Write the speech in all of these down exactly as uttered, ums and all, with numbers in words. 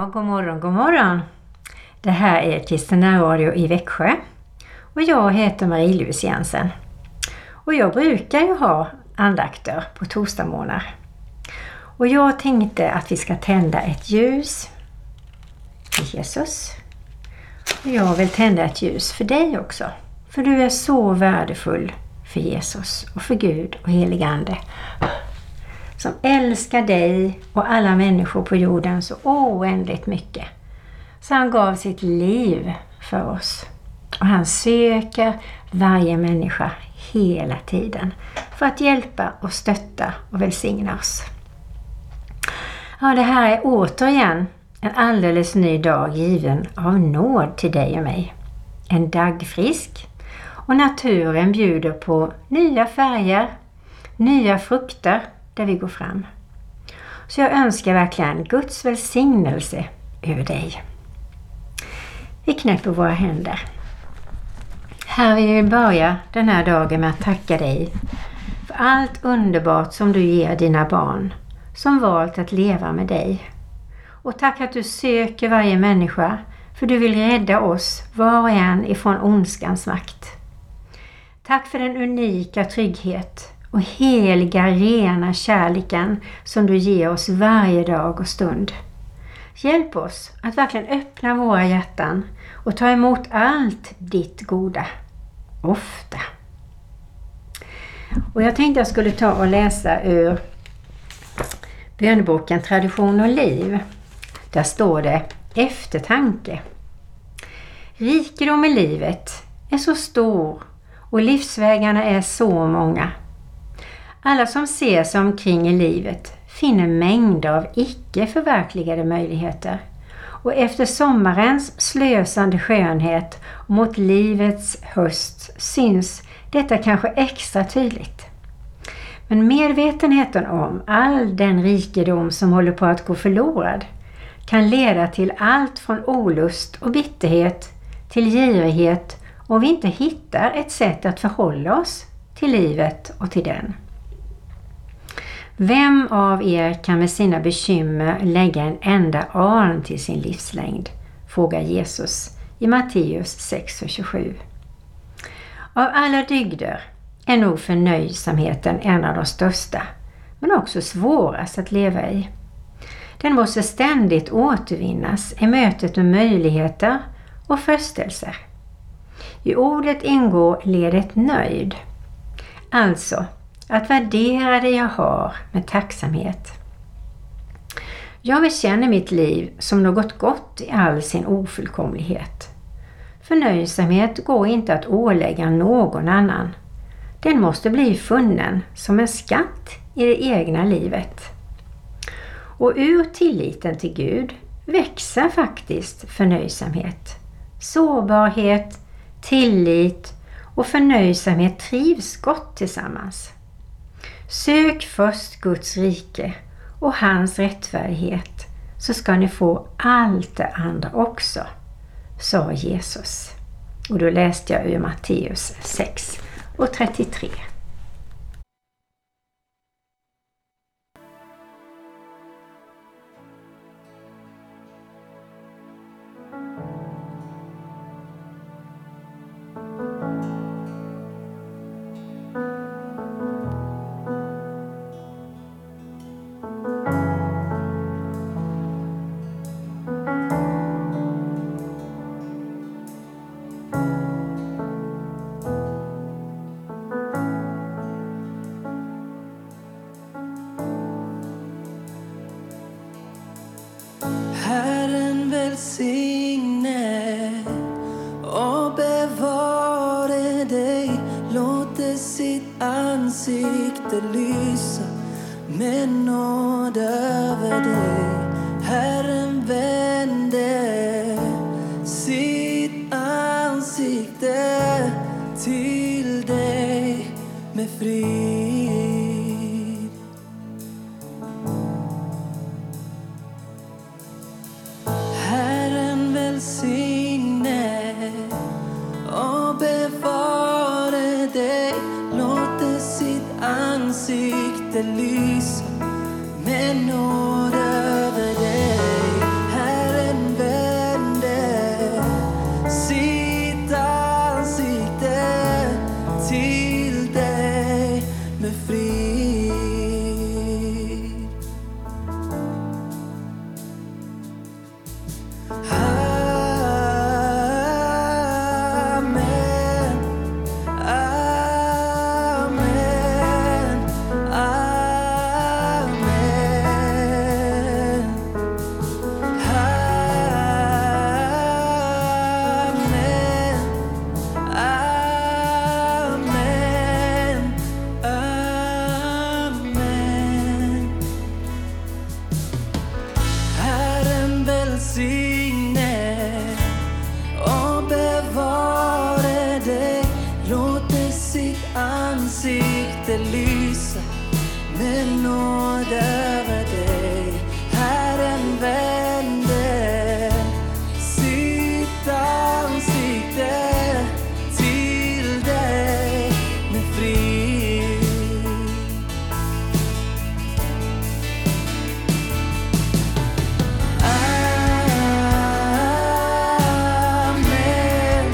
god morgon, god morgon. Det här är Kristina Radio i Växjö och jag heter Marie-Louise Jensen. Och jag brukar ju ha andakter på torsdagsmorgnar. Och jag tänkte att vi ska tända ett ljus till Jesus. Och jag vill tända ett ljus för dig också. För du är så värdefull för Jesus och för Gud och helig ande. Som älskar dig och alla människor på jorden så oändligt mycket. Så han gav sitt liv för oss. Och han söker varje människa hela tiden. För att hjälpa och stötta och välsigna oss. Ja, det här är återigen en alldeles ny dag given av nåd till dig och mig. En daggfrisk. Och naturen bjuder på nya färger, nya frukter där vi går fram. Så jag önskar verkligen Guds välsignelse över dig. Vi knäpper våra händer. Här vill vi börja den här dagen med att tacka dig för allt underbart som du ger dina barn som valt att leva med dig. Och tack att du söker varje människa för du vill rädda oss var och en ifrån ondskans makt. Tack för den unika trygghet och heliga rena kärleken som du ger oss varje dag och stund. Hjälp oss att verkligen öppna våra hjärtan och ta emot allt ditt goda. Ofta. Och jag tänkte jag skulle ta och läsa ur bönboken Tradition och liv. Där står det eftertanke. Rikedom i livet är så stor och livsvägarna är så många. Alla som ser sig omkring i livet finner mängder av icke förverkligade möjligheter. Och efter sommarens slösande skönhet mot livets höst syns detta kanske extra tydligt. Men medvetenheten om all den rikedom som håller på att gå förlorad kan leda till allt från olust och bitterhet till girighet om vi inte hittar ett sätt att förhålla oss till livet och till den. Vem av er kan med sina bekymmer lägga en enda arm till sin livslängd? Frågar Jesus i Matteus sex och tjugosju. Av alla dygder är nog förnöjsamheten en av de största, men också svårast att leva i. Den måste ständigt återvinnas i mötet med möjligheter och frestelser. I ordet ingår ledet nöjd. Alltså, att värdera det jag har med tacksamhet. Jag vill känna mitt liv som något gott i all sin ofullkomlighet. Förnöjsamhet går inte att ålägga någon annan. Den måste bli funnen som en skatt i det egna livet. Och ur tilliten till Gud växer faktiskt förnöjsamhet. Sårbarhet, tillit och förnöjsamhet trivs gott tillsammans. Sök först Guds rike och hans rättfärdighet så ska ni få allt det andra också, sa Jesus. Och då läste jag ur Matteus sex och trettiotre. Välsigne och bevare dig. Låt sitt ansikte lysa med nåd över dig. Herren vände sitt ansikte till dig med frid. Herren välsigne och bevare dig. Låt sitt ansikte lysa med nåd över dig. Herren med frid. Amen, amen, amen. Ansikte lysa med nåd över dig. Herren vände sitt ansikte till dig med frid. Amen,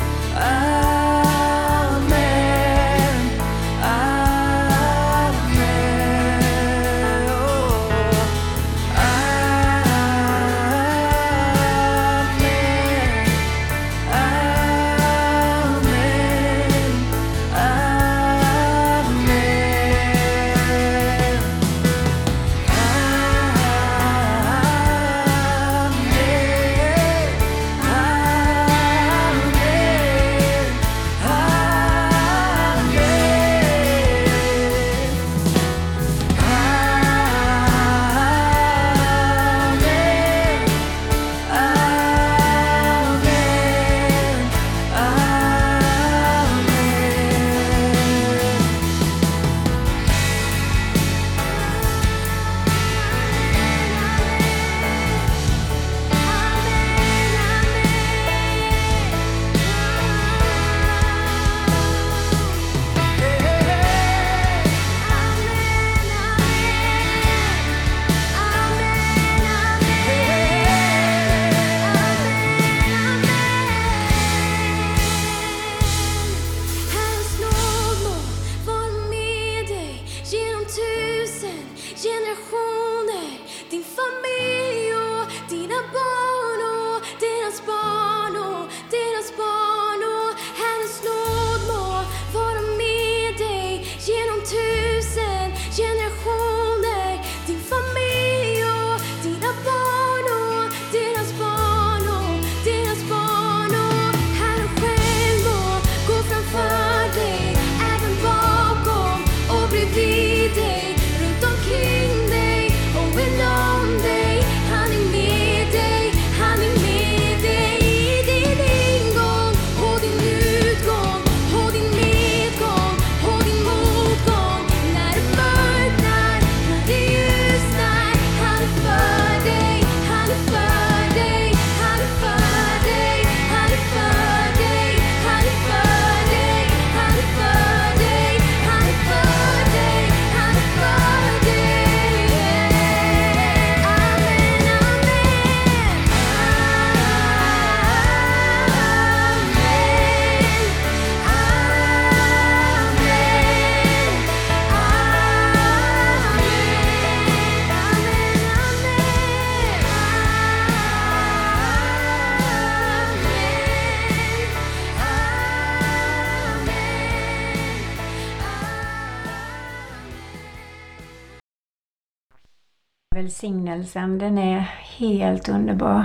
Välsignelsen, den är helt underbar.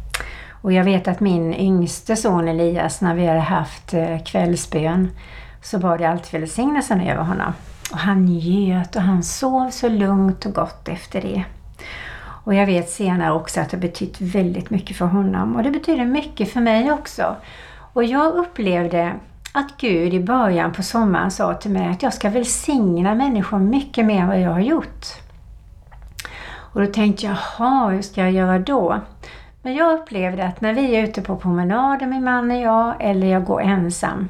Och jag vet att min yngste son Elias, när vi hade haft kvällsbön, så var det alltid välsignelsen över honom. Och han njöt och han sov så lugnt och gott efter det. Och jag vet senare också att det betytt väldigt mycket för honom. Och det betyder mycket för mig också. Och jag upplevde att Gud i början på sommaren sa till mig att jag ska välsigna människor mycket mer än vad jag har gjort. Och då tänkte jag, jaha, hur ska jag göra då? Men jag upplevde att när vi är ute på promenader, min man och jag, eller jag går ensam,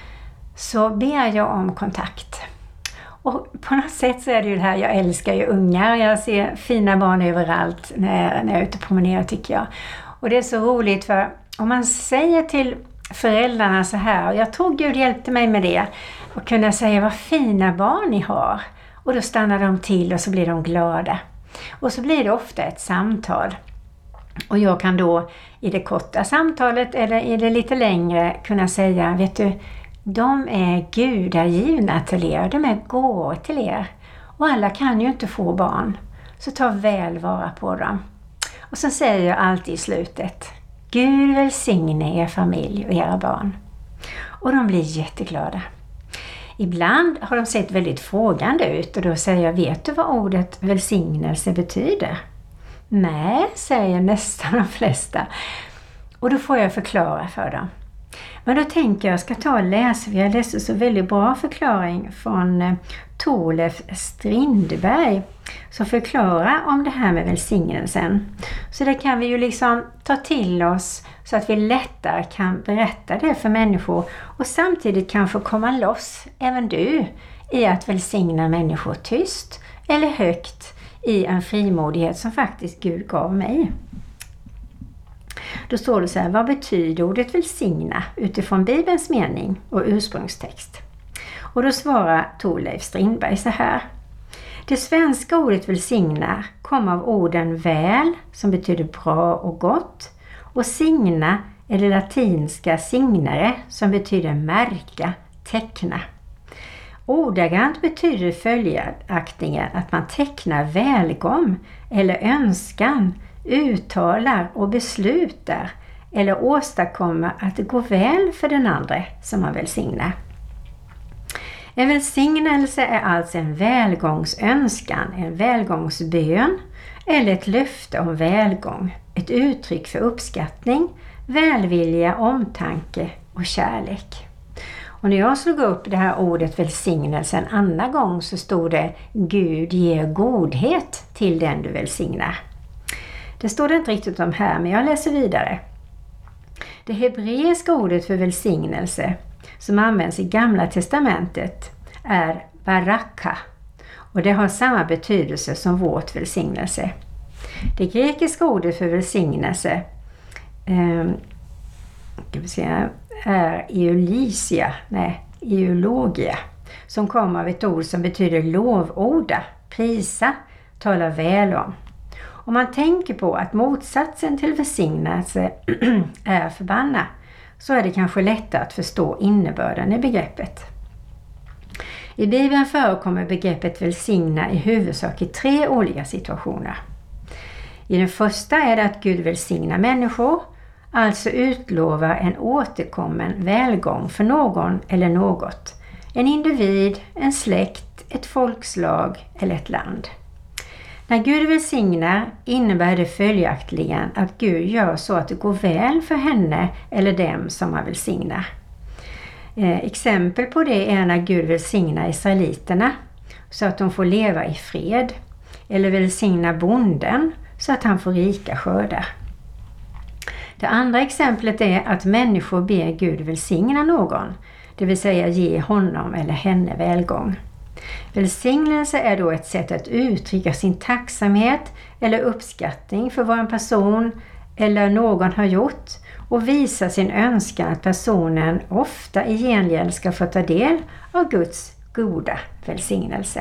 så ber jag om kontakt. Och på något sätt så är det ju det här, jag älskar ju ungar. Jag ser fina barn överallt när, när jag är ute och promenerar, tycker jag. Och det är så roligt, för om man säger till föräldrarna så här, och jag tror Gud hjälpte mig med det. och kunna säga vad fina barn ni har. Och då stannar de till och så blir de glada. Och så blir det ofta ett samtal. Och jag kan då i det korta samtalet eller i det lite längre kunna säga, vet du, de är gudagivna till er, de är gåvor till er. Och alla kan ju inte få barn, så ta väl vara på dem. Och så säger jag alltid i slutet, Gud välsigne er familj och era barn. Och de blir jätteglada. Ibland har de sett väldigt frågande ut och då säger jag, vet du vad ordet välsignelse betyder? Nej, säger nästan de flesta. Och då får jag förklara för dem. Men då tänker jag, jag ska ta och läsa, jag läste så väldigt bra förklaring från Thorleif Strindberg som förklarar om det här med välsignelsen. Så det kan vi ju liksom ta till oss så att vi lättare kan berätta det för människor och samtidigt kanske komma loss, även du, i att välsigna människor tyst eller högt i en frimodighet som faktiskt Gud gav mig. Då står det så här, vad betyder ordet välsigna utifrån Bibelns mening och ursprungstext? Och då svarar Thorleif Strindberg så här. Det svenska ordet välsigna kom av orden väl, som betyder bra och gott, och signa är det latinska signare, som betyder märka, teckna. Ordagrant betyder följaktligen att man tecknar välgång eller önskan, uttalar och beslutar eller åstadkommer att det går väl för den andra som man välsignar. En välsignelse är alltså en välgångsönskan, en välgångsbön eller ett löfte om välgång, ett uttryck för uppskattning, välvilja, omtanke och kärlek. Och när jag slog upp det här ordet välsignelse en annan gång så stod det Gud ger godhet till den du välsignar. Det står det inte riktigt om här, men jag läser vidare. Det hebreiska ordet för välsignelse som används i Gamla testamentet är baraka och det har samma betydelse som vårt välsignelse. Det grekiska ordet för välsignelse eh, kan vi säga, är eulysia, nej, eulogia, som kommer av ett ord som betyder lovorda, prisa, tala väl om. Om man tänker på att motsatsen till välsignelse är förbanna så är det kanske lättare att förstå innebörden i begreppet. I Bibeln förekommer begreppet välsigna i huvudsak i tre olika situationer. I den första är det att Gud välsignar människor, alltså utlovar en återkommen välgång för någon eller något. En individ, en släkt, ett folkslag eller ett land. När Gud välsignar innebär det följaktligen att Gud gör så att det går väl för henne eller dem som man välsignar. Eh, exempel på det är när Gud välsignar israeliterna så att de får leva i fred. Eller välsignar bonden så att han får rika skördar. Det andra exemplet är att människor ber Gud välsigna någon, det vill säga ge honom eller henne välgång. Välsignelse är då ett sätt att uttrycka sin tacksamhet eller uppskattning för vad en person eller någon har gjort och visa sin önskan att personen ofta i gengäld ska få ta del av Guds goda välsignelse.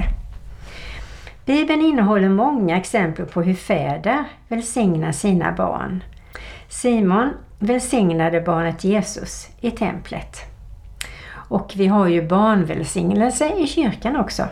Bibeln innehåller många exempel på hur fäder välsignar sina barn. Simon välsignade barnet Jesus i templet. Och vi har ju barnvälsignelse i kyrkan också.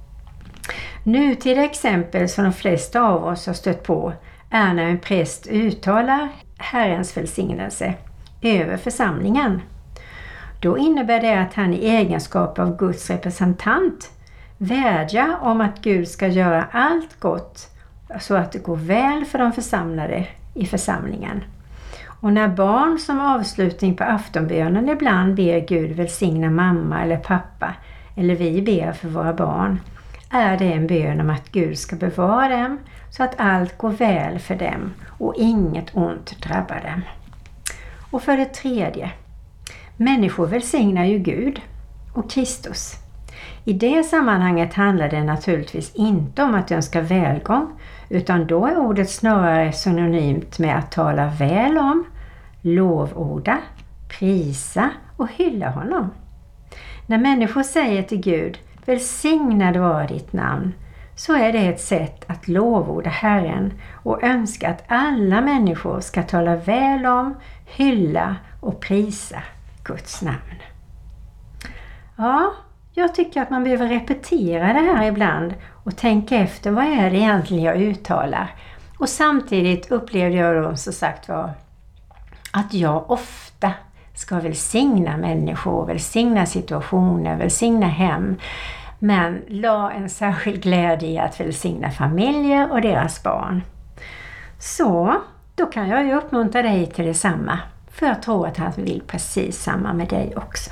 Nutida exempel som de flesta av oss har stött på är när en präst uttalar Herrens välsignelse över församlingen. Då innebär det att han i egenskap av Guds representant vädjar om att Gud ska göra allt gott så att det går väl för de församlade i församlingen. Och när barn som avslutning på aftonbönen ibland ber Gud välsigna mamma eller pappa, eller vi ber för våra barn, är det en bön om att Gud ska bevara dem så att allt går väl för dem och inget ont drabbar dem. Och för det tredje, människor välsignar ju Gud och Kristus. I det sammanhanget handlar det naturligtvis inte om att önska välgång, utan då är ordet snarare synonymt med att tala väl om, lovorda, prisa och hylla honom. När människor säger till Gud, välsignad var ditt namn, så är det ett sätt att lovorda Herren och önska att alla människor ska tala väl om, hylla och prisa Guds namn. Ja, jag tycker att man behöver repetera det här ibland och tänka efter vad är det egentligen jag uttalar. Och samtidigt upplevde jag då så sagt var att jag ofta ska välsigna människor, välsigna situationer, välsigna hem. Men la en särskild glädje i att välsigna familjer och deras barn. Så då kan jag ju uppmuntra dig till detsamma. För jag tror att han vill precis samma med dig också.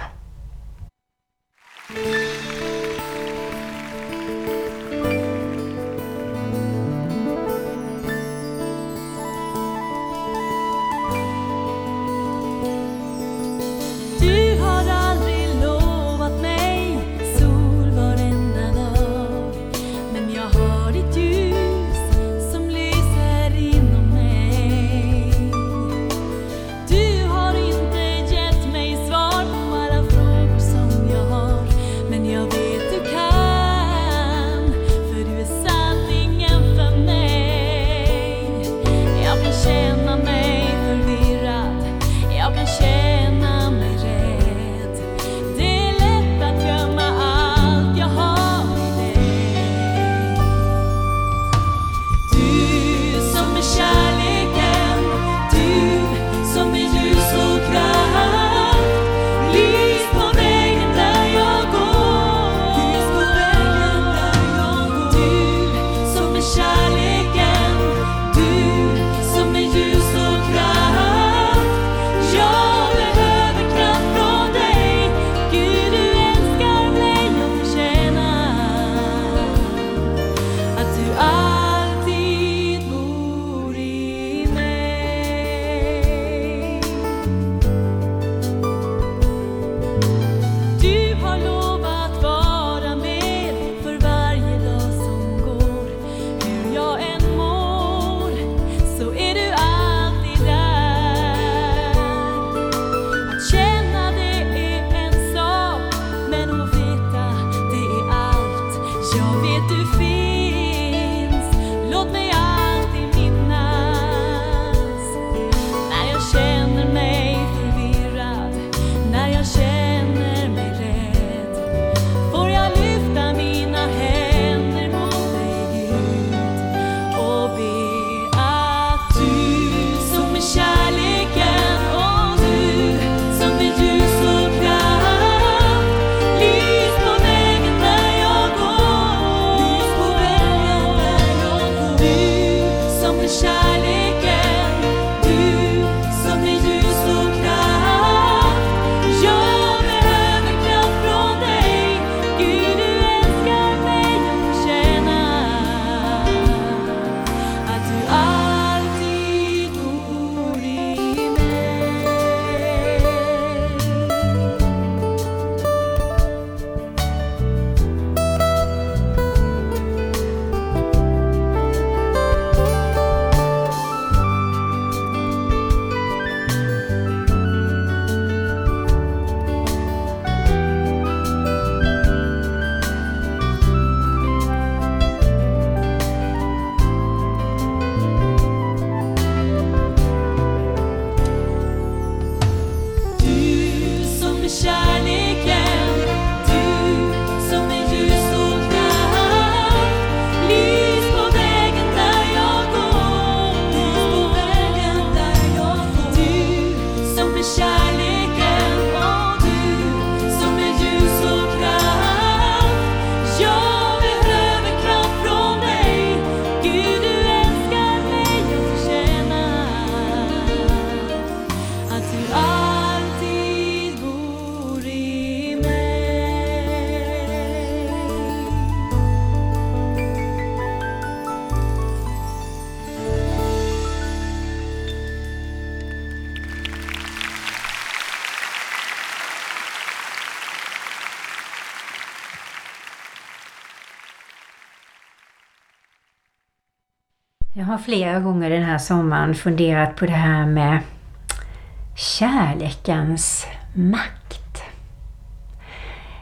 Jag har flera gånger den här sommaren funderat på det här med kärlekens makt.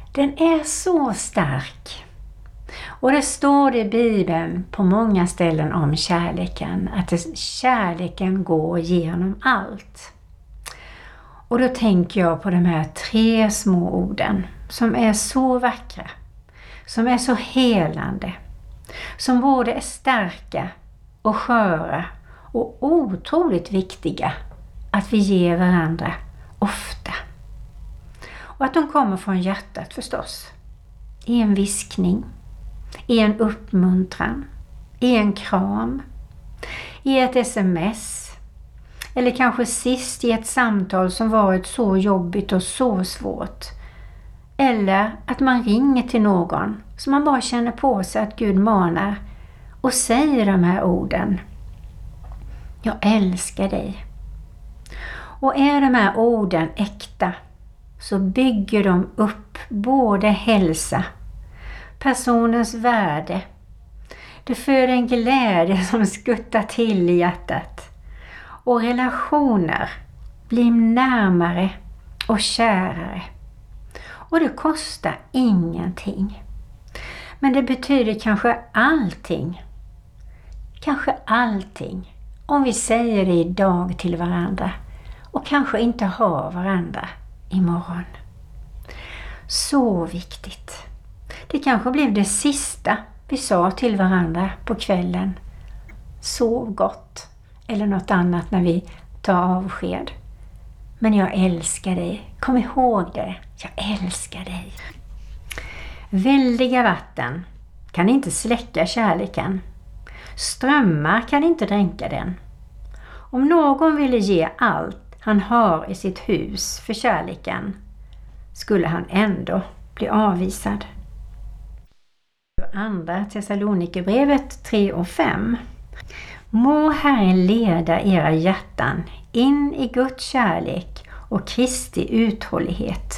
Den är så stark. Och det står i Bibeln på många ställen om kärleken, att det, kärleken går genom allt. Och då tänker jag på de här tre små orden som är så vackra, som är så helande, som både är starka och sköra och otroligt viktiga att vi ger varandra ofta. Och att de kommer från hjärtat förstås, i en viskning, i en uppmuntran, i en kram, i ett sms, eller kanske sist i ett samtal som varit så jobbigt och så svårt. Eller att man ringer till någon som man bara känner på sig att Gud manar och säger de här orden. Jag älskar dig. Och är de här orden äkta så bygger de upp både hälsa, personens värde. Det föder en glädje som skuttar till i hjärtat. Och relationer blir närmare och kärare. Och det kostar ingenting. Men det betyder kanske allting. Kanske allting. Om vi säger det idag till varandra. Och kanske inte har varandra imorgon. Så viktigt. Det kanske blev det sista vi sa till varandra på kvällen. Sov gott. Eller något annat när vi tar avsked. Men jag älskar dig. Kom ihåg det. Jag älskar dig. Väldiga vatten kan inte släcka kärleken. Strömmar kan inte dränka den. Om någon ville ge allt han har i sitt hus för kärleken skulle han ändå bli avvisad. Andra Thessalonikerbrevet tre och fem. Må Herren leda era hjärtan in i Guds kärlek och Kristi uthållighet.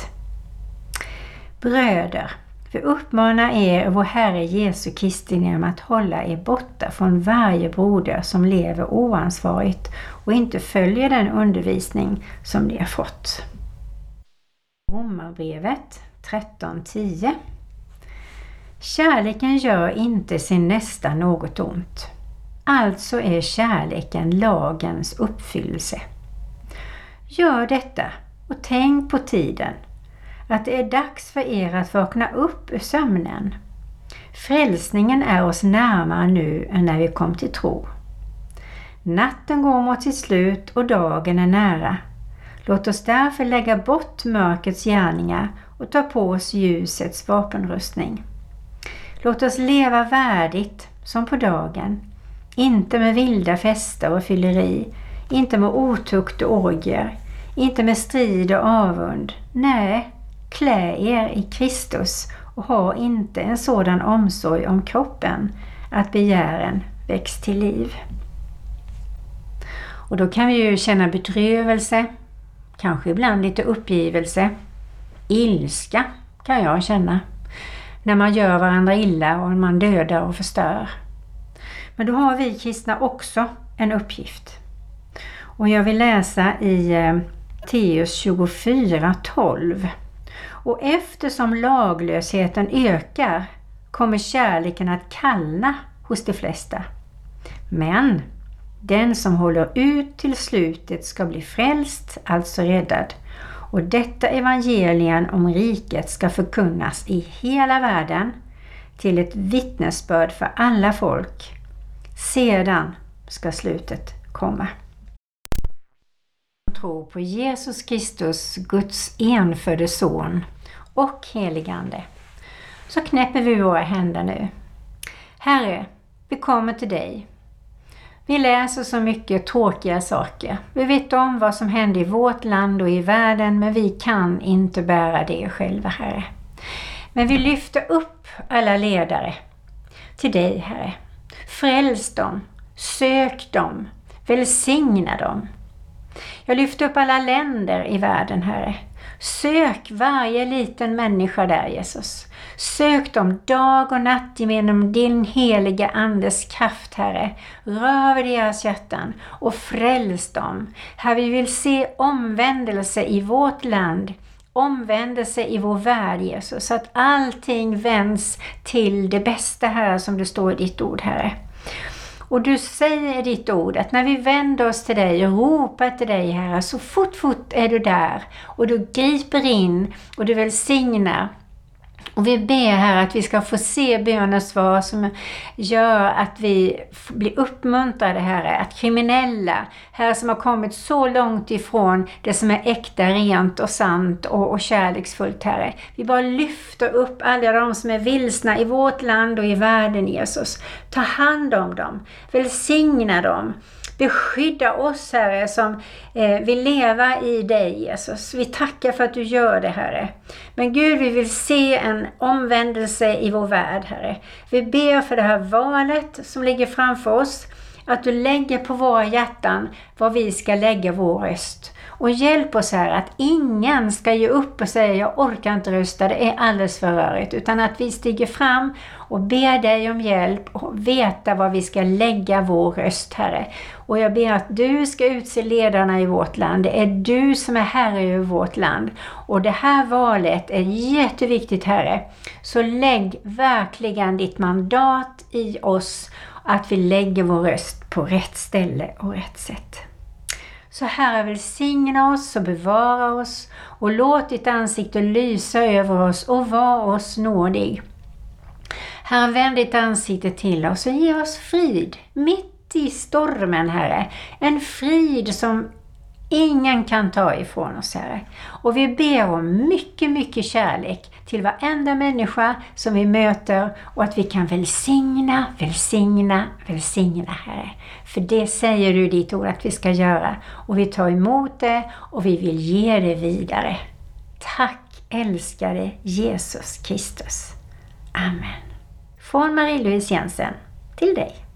Bröder, vi uppmanar er vår Herre Jesu Kristi genom att hålla er borta från varje broder som lever oansvarigt och inte följer den undervisning som ni har fått. Romarbrevet tretton tio. Kärleken gör inte sin nästa något ont. Alltså är kärleken lagens uppfyllelse. Gör detta och tänk på tiden, att det är dags för er att vakna upp ur sömnen. Frälsningen är oss närmare nu än när vi kom till tro. Natten går mot sitt slut och dagen är nära. Låt oss därför lägga bort mörkrets gärningar och ta på oss ljusets vapenrustning. Låt oss leva värdigt som på dagen. Inte med vilda fester och fylleri, inte med otukt och orgier, inte med strid och avund. Nej, klä er i Kristus och ha inte en sådan omsorg om kroppen att begären väcks till liv. Och då kan vi ju känna bedrövelse, kanske ibland lite uppgivelse, ilska kan jag känna. När man gör varandra illa och man dödar och förstör. Men då har vi kristna också en uppgift. Och jag vill läsa i eh, Matteus tjugofyra tolv. Och eftersom laglösheten ökar kommer kärleken att kallna hos de flesta. Men den som håller ut till slutet ska bli frälst, alltså räddad. Och detta evangelium om riket ska förkunnas i hela världen till ett vittnesbörd för alla folk. Sedan ska slutet komma. Tro på Jesus Kristus, Guds enfödde son och heligande. Så knäpper vi våra händer nu. Herre, vi kommer till dig. Vi läser så mycket tråkiga saker. Vi vet om vad som händer i vårt land och i världen, men vi kan inte bära det själva, Herre. Men vi lyfter upp alla ledare till dig, Herre. Fräls dem, sök dem, välsigna dem. Jag lyfter upp alla länder i världen, Herre. Sök varje liten människa där, Jesus. Sök dem dag och natt genom din heliga andes kraft, Herre. Rör vid deras hjärtan och fräls dem. Herre, vi vill se omvändelse i vårt land omvändelse i vår värld, Jesus, så att allting vänds till det bästa här som det står i ditt ord, Herre. Och du säger i ditt ord att när vi vänder oss till dig och ropar till dig, Herre, så fort fort är du där och du griper in och du välsignar. Och vi ber här att vi ska få se bönesvar som gör att vi blir uppmuntrade, Herre, att kriminella, Herre, som har kommit så långt ifrån det som är äkta, rent och sant och, och kärleksfullt, Herre. Vi bara lyfter upp alla de som är vilsna i vårt land och i världen, Jesus. Ta hand om dem, välsigna dem. Beskydda oss, Herre, som eh, vill leva i dig, Jesus. Vi tackar för att du gör det, Herre. Men Gud, vi vill se en omvändelse i vår värld, Herre. Vi ber för det här valet som ligger framför oss, att du lägger på våra hjärtan vad vi ska lägga vår röst. Och hjälp oss här att ingen ska ge upp och säga jag orkar inte rösta, det är alldeles för rörigt. Utan att vi stiger fram och ber dig om hjälp och veta vad vi ska lägga vår röst, Herre. Och jag ber att du ska utse ledarna i vårt land. Det är du som är herre över vårt land. Och det här valet är jätteviktigt, Herre. Så lägg verkligen ditt mandat i oss, att vi lägger vår röst på rätt ställe och rätt sätt. Så Herre, välsigna oss och bevara oss och låt ditt ansikte lysa över oss och var oss nådig. Herre, vänd ditt ansikte till oss och ge oss frid mitt i stormen, Herre. En frid som ingen kan ta ifrån oss, Herre. Och vi ber om mycket, mycket kärlek till varenda människa som vi möter och att vi kan välsigna, välsigna, välsigna, Herre. För det säger du i ditt ord att vi ska göra. Och vi tar emot det och vi vill ge det vidare. Tack, älskade Jesus Kristus. Amen. Från Marie-Louise Jensen till dig.